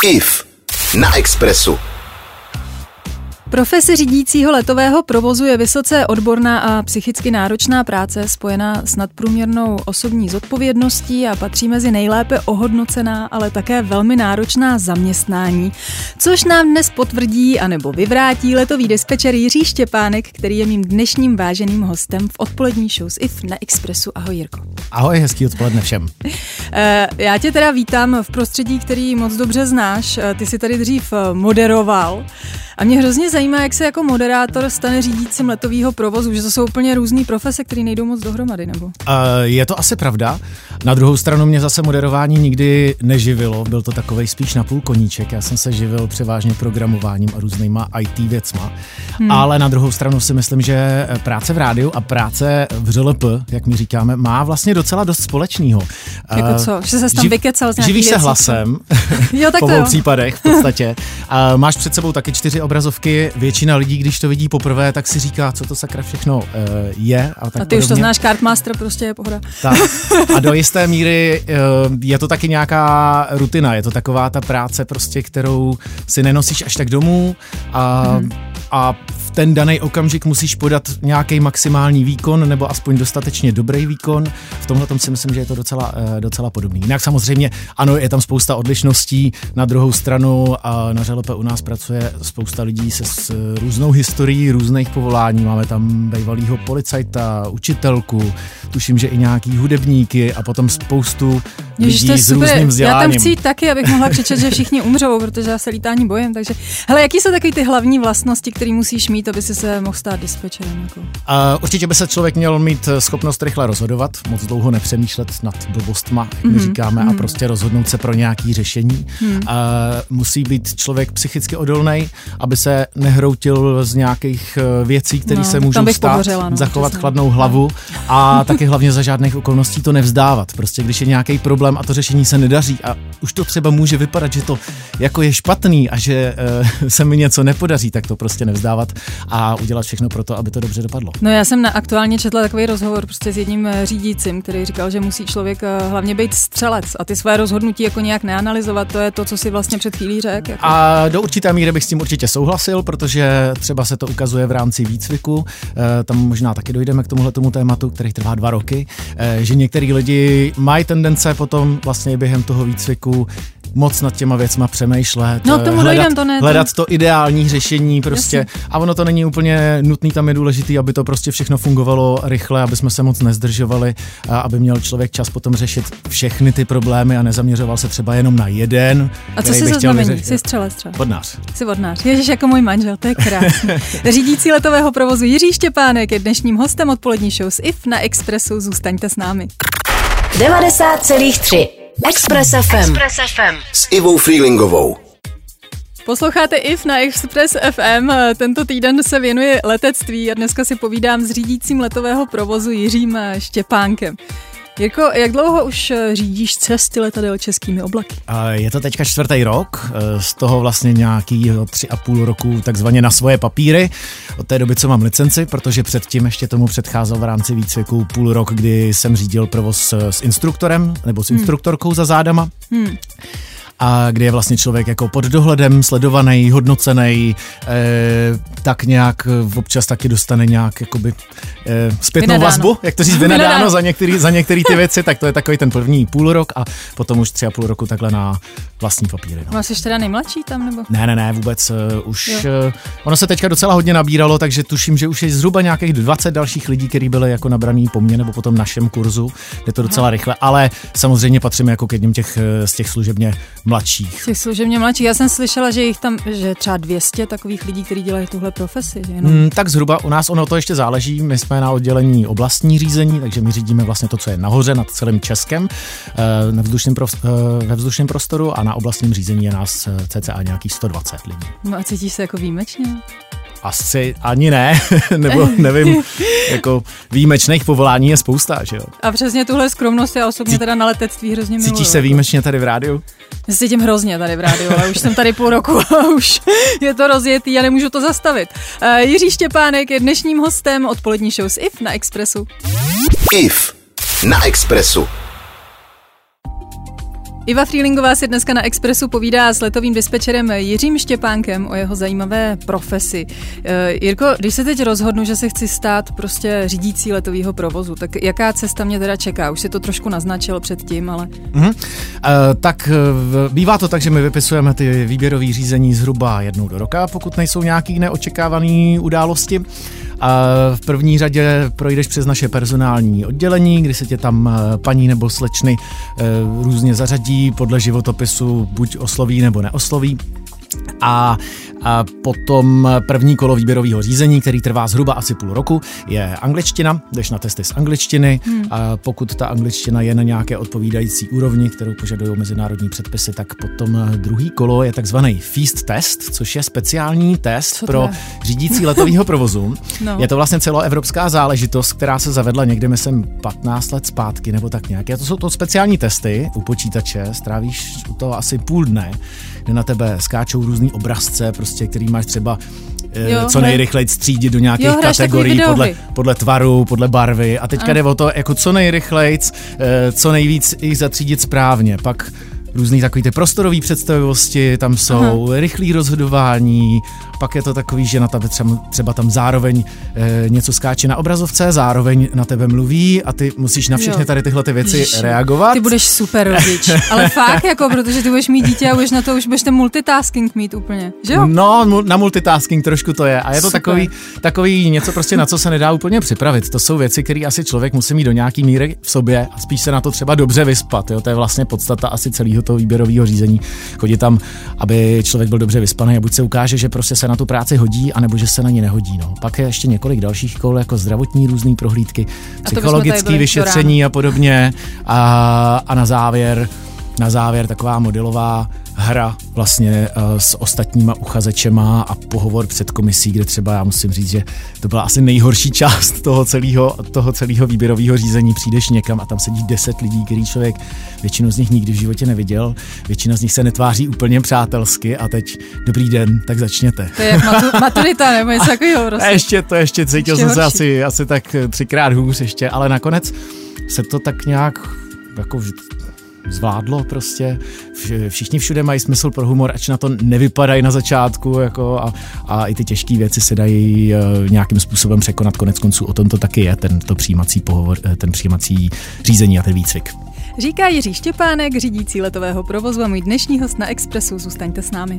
IF na Expressu. Profese řídícího letového provozu je vysoce odborná a psychicky náročná práce spojená s nadprůměrnou osobní zodpovědností a patří mezi nejlépe ohodnocená, ale také velmi náročná zaměstnání, což nám dnes potvrdí anebo vyvrátí letový dispečer Jiří Štěpánek, který je mým dnešním váženým hostem v odpolední show z IF na Expressu. Ahoj, Jirko. Ahoj, hezký odpoledne všem. Já tě teda vítám v prostředí, který moc dobře znáš. Ty jsi tady dřív moderoval. A mě hrozně zajímá, jak se jako moderátor stane řídícím letového provozu, že to jsou úplně různý profese, které nejdou moc dohromady, nebo? Je to asi pravda. Na druhou stranu mě zase moderování nikdy neživilo, byl to takovej spíš napůl koníček. Já jsem se živil převážně programováním a různýma IT věcma. Ale na druhou stranu si myslím, že práce v rádiu a práce v ŘLP, jak my říkáme, má vlastně docela dost společného. Jako co? Že se tam vykecal z nějaký Živíš věcí, se hlasem, jo, tak v to obou případech v podstatě. Máš před sebou taky 4 obrazovky, většina lidí, když to vidí poprvé, tak si říká, co to sakra všechno je. A ty podobně. Už to znáš, Kartmaster, prostě je pohoda. Tak. A do jisté míry je to taky nějaká rutina, je to taková ta práce, prostě, kterou si nenosíš až tak domů a v ten daný okamžik musíš podat nějaký maximální výkon nebo aspoň dostatečně dobrý výkon. V tomhle tom si myslím, že je to docela podobný. Jinak samozřejmě, ano, je tam spousta odlišností. Na druhou stranu na ŘLP u nás pracuje spousta lidí s různou historií, různých povolání. Máme tam bývalýho policajta, učitelku, tuším, že i nějaký hudebníky a potom spoustu lidí s různým vzděláním. Já tam chci jít taky, abych mohla křičet, že všichni umřou, protože já se lítání bojím. Takže, hele, jaký jsou takový ty hlavní vlastnosti, které musíš mít, aby si se mohl stát dispečerem? Jako? Určitě by se člověk měl mít schopnost rychle rozhodovat, moc dlouho nepřemýšlet nad blbostma, jak my říkáme, a prostě rozhodnout se pro nějaké řešení. Musí být člověk psychicky odolný, aby se nehroutil z nějakých věcí, které se můžou stát, zachovat chladnou hlavu a taky hlavně za žádných okolností to nevzdávat. Prostě když je nějaký problém a to řešení se nedaří a už to třeba může vypadat, že to jako je špatný a že se mi něco nepodaří, tak to prostě nevzdávat a udělat všechno pro to, aby to dobře dopadlo. No já jsem aktuálně četla takový rozhovor prostě s jedním řídícím, který říkal, že musí člověk hlavně být střelec a ty své rozhodnutí jako nějak neanalyzovat, to je to, co si vlastně před chvílí řekl. Jako. A do určité míry bych s tím určitě souhlasil, protože třeba se to ukazuje v rámci výcviku, tam možná taky dojdeme k tomuhletomu tématu, který trvá 2 roky, že některý lidi mají tendence potom vlastně během toho výcviku moc nad těma věcma přemýšlet, hledat to ideální řešení prostě. Jasně. A ono to není úplně nutný, tam je důležitý, aby to prostě všechno fungovalo rychle, aby jsme se moc nezdržovali, a aby měl člověk čas potom řešit všechny ty problémy a nezaměřoval se třeba jenom na jeden. A co jsi za znamení? Jsi střelec třeba? Vodnář. Jsi vodnář. Ježiš, jako můj manžel, to je krásný. Řídící letového provozu Jiří Štěpánek je dnešním hostem odpolední show z IF na Expressu. Zůstaňte s námi. 90,3 Express FM. S Ivou Freelingovou. Posloucháte IF na Express FM. Tento týden se věnuje letectví a dneska si povídám s řídícím letového provozu Jiřím Štěpánkem. Jirko, jak dlouho už řídíš cesty letadel českými oblaky? Je to teďka 4. rok, z toho vlastně nějaký 3,5 roku takzvaně na svoje papíry. Od té doby, co mám licenci, protože předtím ještě tomu předcházel v rámci výcviku půl rok, kdy jsem řídil provoz s instruktorem nebo s instruktorkou za zádama. A kdy je vlastně člověk jako pod dohledem, sledovaný, hodnocený, tak nějak občas taky dostane nějak jakoby zpětnou vazbu, jak to říct, vynadáno za některé ty věci, tak to je takový ten první půl rok a potom už 3,5 roku takhle na vlastní papíry. No. A jsi teda nejmladší tam, nebo? Ne, vůbec už, ono se teďka docela hodně nabíralo, takže tuším, že už je zhruba nějakých 20 dalších lidí, kteří byli jako nabraný po mně nebo po tom našem kurzu, jde to docela rychle, ale samozřejmě patříme jako k jedním z těch služebně mladších. Těch služebně mladších. Já jsem slyšela, že jich tam, že třeba 200 takových lidí, kteří dělají tuhle profesi. Tak zhruba u nás ono to ještě záleží. My jsme na oddělení oblastní řízení, takže my řídíme vlastně to, co je nahoře nad celým Českem ve vzdušném prostoru a na oblastním řízení je nás cca nějakých 120 lidí. No a cítíš se jako výjimečně? Asi ani ne, nebo nevím, jako výjimečných povolání je spousta, že jo. A přesně tuhle skromnost já osobně teda na letectví hrozně miluju. Cítíš se výjimečně tady v rádiu? Já se cítím hrozně tady v rádiu, ale už jsem tady půl roku a už je to rozjetý a nemůžu to zastavit. Jiří Štěpánek je dnešním hostem odpolední show z IF na Expressu. IF na Expressu. Iva Frýlingová si dneska na Expressu povídá s letovým dispečerem Jiřím Štěpánkem o jeho zajímavé profesi. Jirko, když se teď rozhodnu, že se chci stát prostě řídící letového provozu, tak jaká cesta mě teda čeká? Už si to trošku naznačil předtím, ale... Tak bývá to tak, že my vypisujeme ty výběrové řízení zhruba jednou do roka, pokud nejsou nějaký neočekávané události. V první řadě projdeš přes naše personální oddělení, kdy se tě tam paní nebo slečny různě zařadí podle životopisu, buď osloví nebo neosloví. A potom první kolo výběrového řízení, který trvá zhruba asi půl roku, je angličtina, jdeš na testy z angličtiny a pokud ta angličtina je na nějaké odpovídající úrovni, kterou požadují mezinárodní předpisy, tak potom druhý kolo je takzvaný FEAST test, což je speciální test pro řídící letového provozu. No. Je to vlastně celoevropská záležitost, která se zavedla někde, myslím, 15 let zpátky nebo tak nějak. To jsou to speciální testy u počítače, strávíš u toho asi půl dne, kde na tebe skáčou různý obrazce, prostě, který máš třeba co nejrychleji střídit do nějakých kategorií podle tvaru, podle barvy. A teďka jde o to, jako co nejrychleji, co nejvíc jich zatřídit správně. Pak různý takový ty prostorové představivosti, tam jsou rychlý rozhodování, pak je to takový, že na tebe třeba tam zároveň něco skáče na obrazovce, zároveň na tebe mluví a ty musíš na všechny tady tyhle ty věci reagovat. Ty budeš super rodič, ale fakt, jako, protože ty budeš mít dítě a už budeš ten multitasking mít úplně, že jo? No, na multitasking trošku to je a je to takový něco prostě, na co se nedá úplně připravit. To jsou věci, které asi člověk musí mít do nějaký míry v sobě a spíš se na to třeba dobře vyspat, jo? To je vlastně podstata asi celého toho výběrového řízení. Chodit tam, aby člověk byl dobře vyspaný a buď se ukáže, že prostě se na tu práci hodí, anebo že se na ní nehodí. No. Pak je ještě několik dalších kol, jako zdravotní různý prohlídky, psychologické vyšetření a podobně. A na závěr taková modelová hra vlastně s ostatníma uchazečema a pohovor před komisí, kde třeba já musím říct, že to byla asi nejhorší část toho celého výběrového řízení. Přijdeš někam a tam sedí 10 lidí, který člověk většinu z nich nikdy v životě neviděl, většina z nich se netváří úplně přátelsky a teď dobrý den, tak začněte. To je jak maturita nebo něco takového. To ještě cítil jsem se asi tak 3krát hůř ještě, ale nakonec se to tak nějak jako zvládlo prostě. Všichni všude mají smysl pro humor, ač na to nevypadají na začátku jako a i ty těžké věci se dají nějakým způsobem překonat. Konec konců o tom to taky je, tento přijímací pohovor, ten přijímací řízení a ten výcvik. Říká Jiří Štěpánek, řídící letového provozu a můj dnešní host na Expressu. Zůstaňte s námi.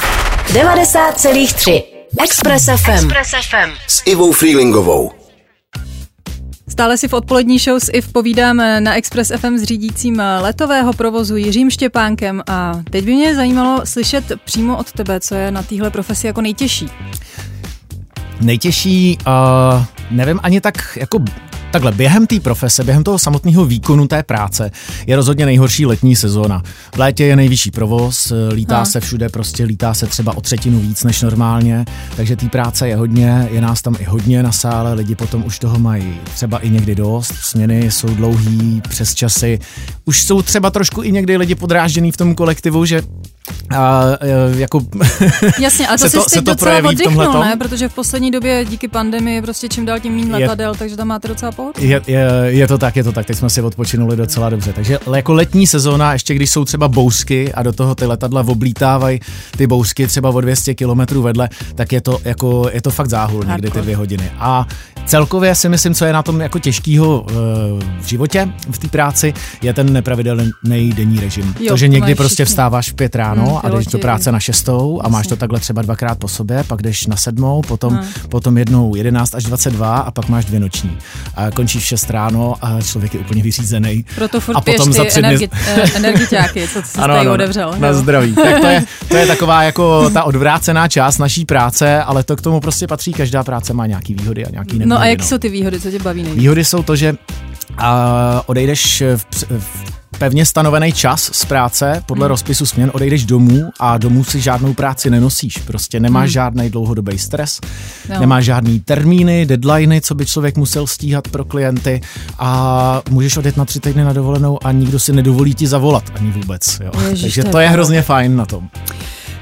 90,3 Express FM. S Ivou Frýlingovou. Stále si v odpolední show s Iv povídám na Express FM s řídícím letového provozu Jiřím Štěpánkem a teď by mě zajímalo slyšet přímo od tebe, co je na téhle profesi jako nejtěžší. Nejtěžší, nevím ani tak jako takhle, během té profese, během toho samotného výkonu té práce je rozhodně nejhorší letní sezóna. V létě je nejvyšší provoz, lítá se všude, prostě lítá se třeba o 1/3 víc než normálně, takže té práce je hodně, je nás tam i hodně na sále, lidi potom už toho mají třeba i někdy dost, směny jsou dlouhý, přesčasy, už jsou třeba trošku i někdy lidi podrážděný v tom kolektivu, že jako jasně, ale to si teď docela oddychnul, ne? Protože v poslední době díky pandemii prostě čím dál tím méně letadel, takže tam máte docela pohodu. Je to tak, teď jsme si odpočinuli docela dobře, takže jako letní sezóna, ještě když jsou třeba bouřky a do toho ty letadla oblítávají ty bouřky třeba o 200 kilometrů vedle, tak je to fakt záhul někdy ty 2 hodiny. A celkově si myslím, co je na tom jako těžkýho v životě, v té práci, je ten nepravidelný denní režim. To, že někdy prostě vstáváš v 5 ráno a jdeš do práce na 6 a máš to takhle třeba 2krát po sobě, pak jdeš na 7, potom jednou 11 až 22 a pak máš 2 noční. A končíš v 6 ráno a člověk je úplně vyřízený. Proto furt piješ ty energiťáky, co jsi tady otevřel. Na zdraví. Tak to je taková jako ta odvrácená část naší práce, ale to k tomu prostě patří, každá práce má nějaký výhody a nějaký nevýhody. No a jaký jsou ty výhody, co tě baví nejvíc? Výhody jsou to, že odejdeš v pevně stanovený čas z práce, podle rozpisu směn odejdeš domů a domů si žádnou práci nenosíš. Prostě nemáš žádný dlouhodobý stres, nemáš žádný termíny, deadliny, co by člověk musel stíhat pro klienty a můžeš odjet na 3 týdny na dovolenou a nikdo si nedovolí ti zavolat ani vůbec. Jo. Takže to je hrozně fajn na tom.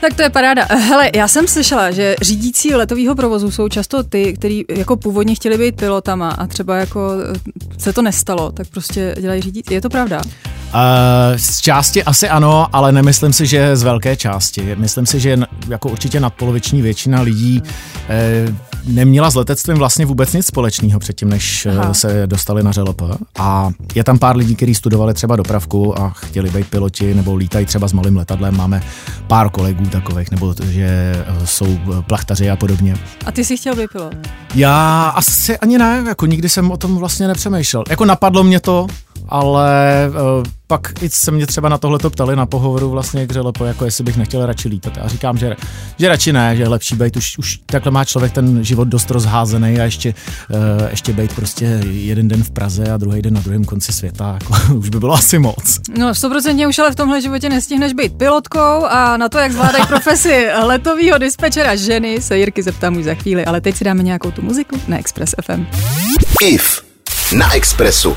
Tak to je paráda. Hele, já jsem slyšela, že řídící letového provozu jsou často ty, kteří jako původně chtěli být pilotama a třeba jako se to nestalo, tak prostě dělají řídící. Je to pravda? Z části asi ano, ale nemyslím si, že z velké části. Myslím si, že jako určitě nadpoloviční většina lidí neměla s letectvím vlastně vůbec nic společného předtím, než se dostali na ŽLP. A je tam pár lidí, kteří studovali třeba dopravku a chtěli být piloti nebo lítají třeba s malým letadlem. Máme pár kolegů takových, nebo že jsou plachtaři a podobně. A ty jsi chtěl být pilot? Já asi ani ne, jako nikdy jsem o tom vlastně nepřemýšlel. Jako napadlo mě to, ale pak i se mě třeba na tohleto ptali na pohovoru vlastně k ŽLP, jako jestli bych nechtěl radši lítat. A říkám, že radši ne, že je lepší být, už takhle má člověk ten život dost rozházený a ještě být prostě jeden den v Praze a druhý den na druhém konci světa, jako, už by bylo asi moc. No 100% už ale v tomhle životě nestihneš být pilotkou a na to, jak zvládají profesi letovýho dispečera ženy, se Jirky zeptám už za chvíli, ale teď si dáme nějakou tu muziku na Express FM. IF na Expressu.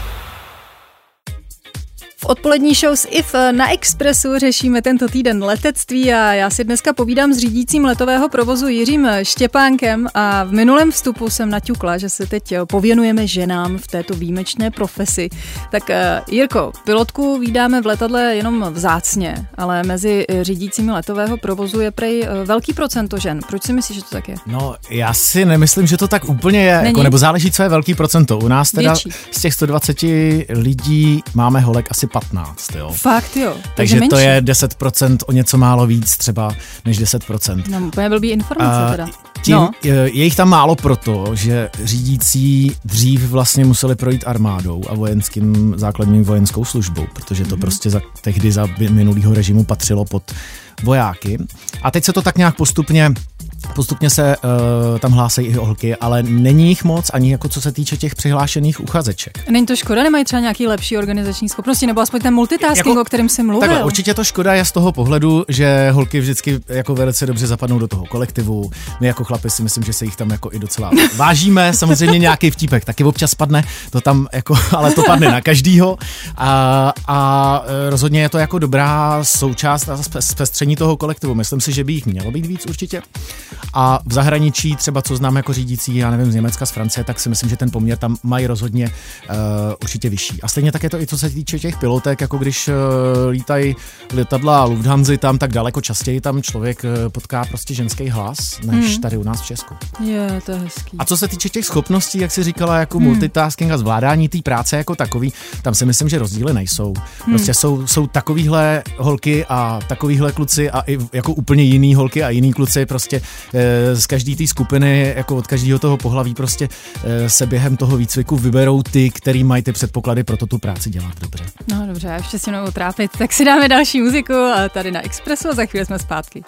V odpolední show s IF na Expressu řešíme tento týden letectví a já si dneska povídám s řídícím letového provozu Jiřím Štěpánkem a v minulém vstupu jsem naťukla, že se teď pověnujeme ženám v této výjimečné profesi. Tak Jirko, pilotku vídáme v letadle jenom vzácně, ale mezi řídícími letového provozu je prej velký procento žen. Proč si myslíš, že to tak je? No, já si nemyslím, že to tak úplně je, jako, nebo záleží, co je velký procento. U nás teda větší. Z těch 120 lidí máme holek asi 15, jo. Fakt jo. Takže to je 10%, o něco málo víc třeba než 10%. No, úplně blbý informace teda. Je jich tam málo proto, že řídící dřív vlastně museli projít armádou a základní vojenskou službou, protože to prostě tehdy za minulýho režimu patřilo pod vojáky. A teď se to tak nějak postupně se tam hlásejí i holky, ale není jich moc ani jako co se týče těch přihlášených uchazeček. Není to škoda, nemají třeba nějaký lepší organizační schopnosti nebo aspoň ten multitasking, jako, o kterém jsem mluvil? Takhle, určitě to škoda je z toho pohledu, že holky vždycky jako velice dobře zapadnou do toho kolektivu. My jako chlapi si myslím, že se jich tam jako i docela vážíme. Samozřejmě nějaký vtípek taky občas padne, to tam jako, ale to padne na každýho. A rozhodně je to jako dobrá součást a zpestření toho kolektivu. Myslím si, že by jich mělo být víc určitě. A v zahraničí, třeba co znám jako řídící, já nevím, z Německa, z Francie, tak si myslím, že ten poměr tam mají rozhodně určitě vyšší. A stejně tak je to i co se týče těch pilotek, jako když lítají letadla Lufthansa tam, tak daleko častěji tam člověk potká prostě ženský hlas, než tady u nás v Česku. Je, to je hezký. A co se týče těch schopností, jak jsi říkala, jako multitasking a zvládání té práce jako takový, tam si myslím, že rozdíly nejsou. Prostě jsou takovýhle holky a takovýhle kluci a i jako úplně jiný holky a jiný kluci prostě z každé té skupiny, jako od každého toho pohlaví prostě se během toho výcviku vyberou ty, který mají ty předpoklady pro tu práci dělat dobře. No dobře, ještě si mnou trápit, tak si dáme další muziku a tady na Expressu a za chvíli jsme zpátky.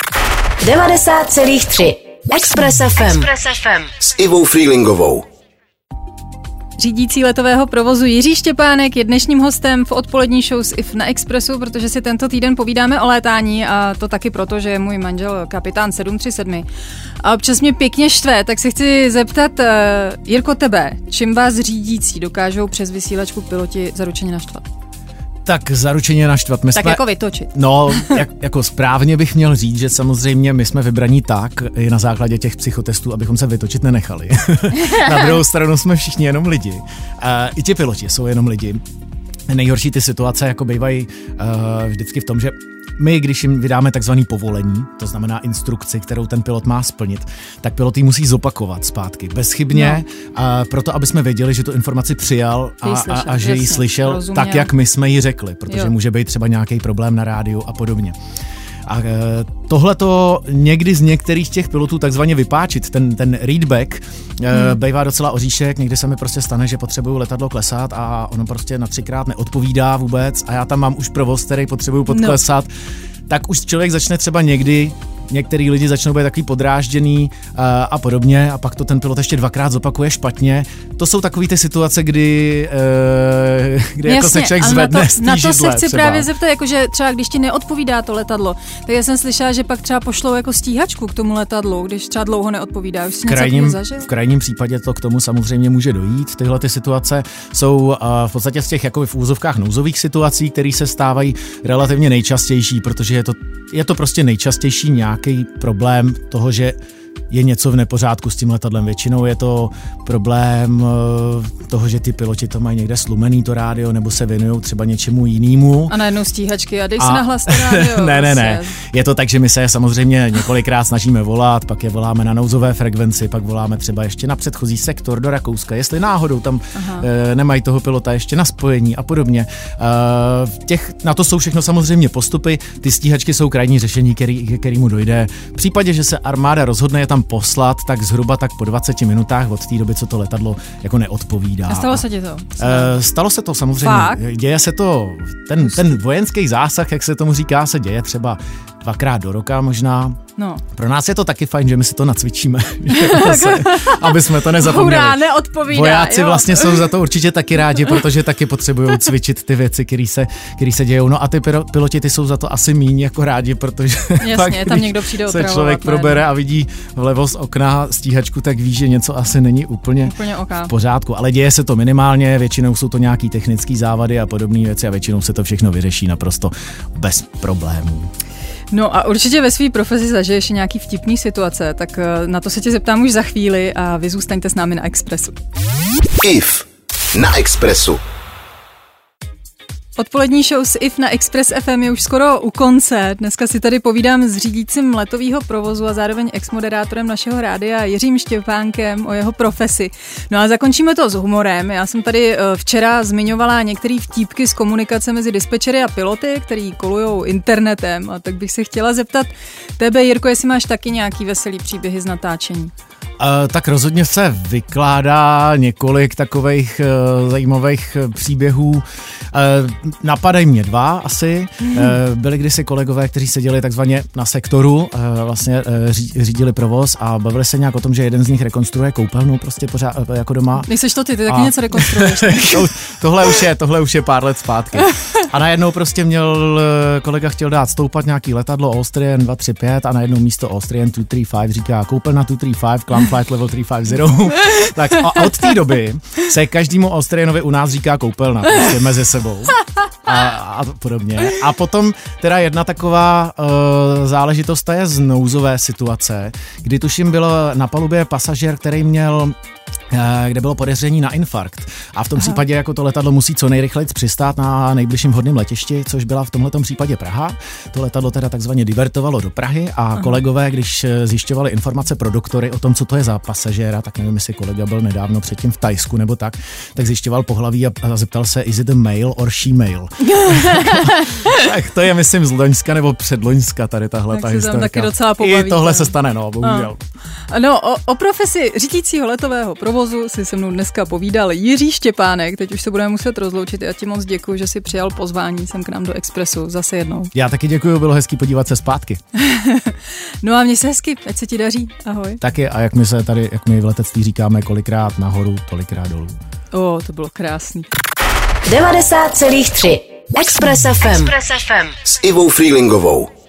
90,3 Express FM. Express FM. S Ivou Freelingovou. Řídící letového provozu Jiří Štěpánek je dnešním hostem v odpolední show s IF na Expressu, protože si tento týden povídáme o létání a to taky proto, že je můj manžel kapitán 737. A občas mě pěkně štve, tak se chci zeptat, Jirko, tebe, čím vás řídící dokážou přes vysílačku piloti zaručeně naštvat? Tak zaručeně naštvat. Tak jako vytočit. No, jako správně bych měl říct, že samozřejmě my jsme vybraní tak i na základě těch psychotestů, abychom se vytočit nenechali. Na druhou stranu jsme všichni jenom lidi. I ti piloti jsou jenom lidi. Nejhorší ty situace jako bývají vždycky v tom, že my, když jim vydáme takzvaný povolení, to znamená instrukci, kterou ten pilot má splnit, tak pilot ji musí zopakovat zpátky bezchybně, proto aby jsme věděli, že tu informaci přijal a že ji slyšel rozuměl. Tak, jak my jsme ji řekli, protože může být třeba nějaký problém na rádiu a podobně. A tohleto někdy z některých těch pilotů takzvaně vypáčit, ten readback, bývá docela oříšek, někdy se mi prostě stane, že potřebuju letadlo klesat a ono prostě na 3krát neodpovídá vůbec a já tam mám už provoz, který potřebuju podklesat, tak už člověk začne třeba někdy některý lidi začnou být takový podrážděný a podobně a pak to ten pilot ještě dvakrát zopakuje špatně. To jsou takový ty situace, kdy jako se člověk zvedne z té židle. Na to se chci třeba právě zeptat, jakože třeba když ti neodpovídá to letadlo, tak já jsem slyšela, že pak třeba pošlou jako stíhačku k tomu letadlu, když třeba dlouho neodpovídá. Už v krajním případě to k tomu samozřejmě může dojít. Tyhle ty situace jsou v podstatě z těch jako v úzovkách nouzových situací, které se stávají relativně nejčastější, protože je to prostě nejčastější nějaký problém toho, že je něco v nepořádku s tím letadlem. Většinou je to problém toho, že ty piloti to mají někde slumený to rádio, nebo se věnují třeba něčemu jinému. A najednou stíhačky a dej si nahlas to rádio. Ne. Je to tak, že my se samozřejmě několikrát snažíme volat, pak je voláme na nouzové frekvenci, pak voláme třeba ještě na předchozí sektor do Rakouska, jestli náhodou tam nemají toho pilota ještě na spojení a podobně. Na to jsou všechno samozřejmě postupy. Ty stíhačky jsou krajní řešení, kterému dojde. V případě, že se armáda rozhodne je tam poslat, tak zhruba tak po 20 minutách od té doby, co to letadlo jako neodpovídá. A stalo se ti to? Stalo se to samozřejmě. Fakt? Děje se to, ten vojenský zásah, jak se tomu říká, se děje třeba 2krát do roka možná. No. Pro nás je to taky fajn, že my si to nacvičíme, aby jsme to nezapomněli. Hurá, neodpovídá. Vojáci vlastně jsou za to určitě taky rádi, protože taky potřebují cvičit ty věci, které se dějou. No a ty piloti ty jsou za to asi míň jako rádi, protože jasně, pak, tam někdo přijde se člověk probere a vidí vlevo z okna stíhačku, tak ví, že něco asi není úplně v pořádku. Ale děje se to minimálně, většinou jsou to nějaký technické závady a podobné věci a většinou se to všechno vyřeší naprosto bez problémů. No a určitě ve své profesi zažiješ nějaký vtipný situace, tak na to se tě zeptám už za chvíli a vy zůstaňte s námi na Expressu. IF na Expressu. Odpolední show s IF na Express FM je už skoro u konce. Dneska si tady povídám s řídícím letového provozu a zároveň exmoderátorem našeho rádia Jiřím Štěpánkem o jeho profesi. No a zakončíme to s humorem. Já jsem tady včera zmiňovala některé vtípky z komunikace mezi dispečery a piloty, který kolujou internetem. A tak bych se chtěla zeptat tebe, Jirko, jestli máš taky nějaký veselý příběhy z natáčení. Tak rozhodně se vykládá několik takových zajímavých příběhů. Napadají mě 2 asi. Byli kdysi kolegové, kteří seděli takzvaně na sektoru, vlastně řídili provoz a bavili se nějak o tom, že jeden z nich rekonstruuje koupelnu prostě pořád jako doma. Nejseš to ty taky něco rekonstruuješ. tohle už je pár let zpátky. A najednou prostě kolega chtěl dát stoupat nějaký letadlo Austrian 235 a najednou místo Austrian 235 říká koupelna 235, Climb Flight Level 350. Tak a od té doby se každému Austrianovi u nás říká koupelna prostě mezi sebou. A podobně. A potom teda jedna taková záležitost je z nouzové situace, kdy tuším byl na palubě pasažér, který měl kde bylo podezření na infarkt. A v tom případě jako to letadlo musí co nejrychleji přistát na nejbližším vhodném letišti, což byla v tomhletom případě Praha. To letadlo teda takzvaně divertovalo do Prahy a kolegové, když zjišťovali informace pro doktory o tom, co to je za pasažéra, tak nevím, jestli kolega byl nedávno předtím v Thajsku nebo tak zjišťoval pohlaví a zeptal se, is it a male or she male? Tak to je, myslím, z Loňska nebo předloňska tady tahle ta historka. Taky docela pobaví, i tohle se stane, no, bohužel. No, o profesi řídícího letového provozu si se mnou dneska povídal Jiří Štěpánek. Teď už se budeme muset rozloučit. Já ti moc děkuji, že jsi přijal pozvání sem k nám do Expressu zase jednou. Já taky děkuji, bylo hezký podívat se zpátky. No a měj se hezky, ať se ti daří. Ahoj. Taky a jak my v letectví říkáme, kolikrát nahoru, tolikrát dolů. To bylo krásný. 90,3 Express FM. S Ivou Freelingovou.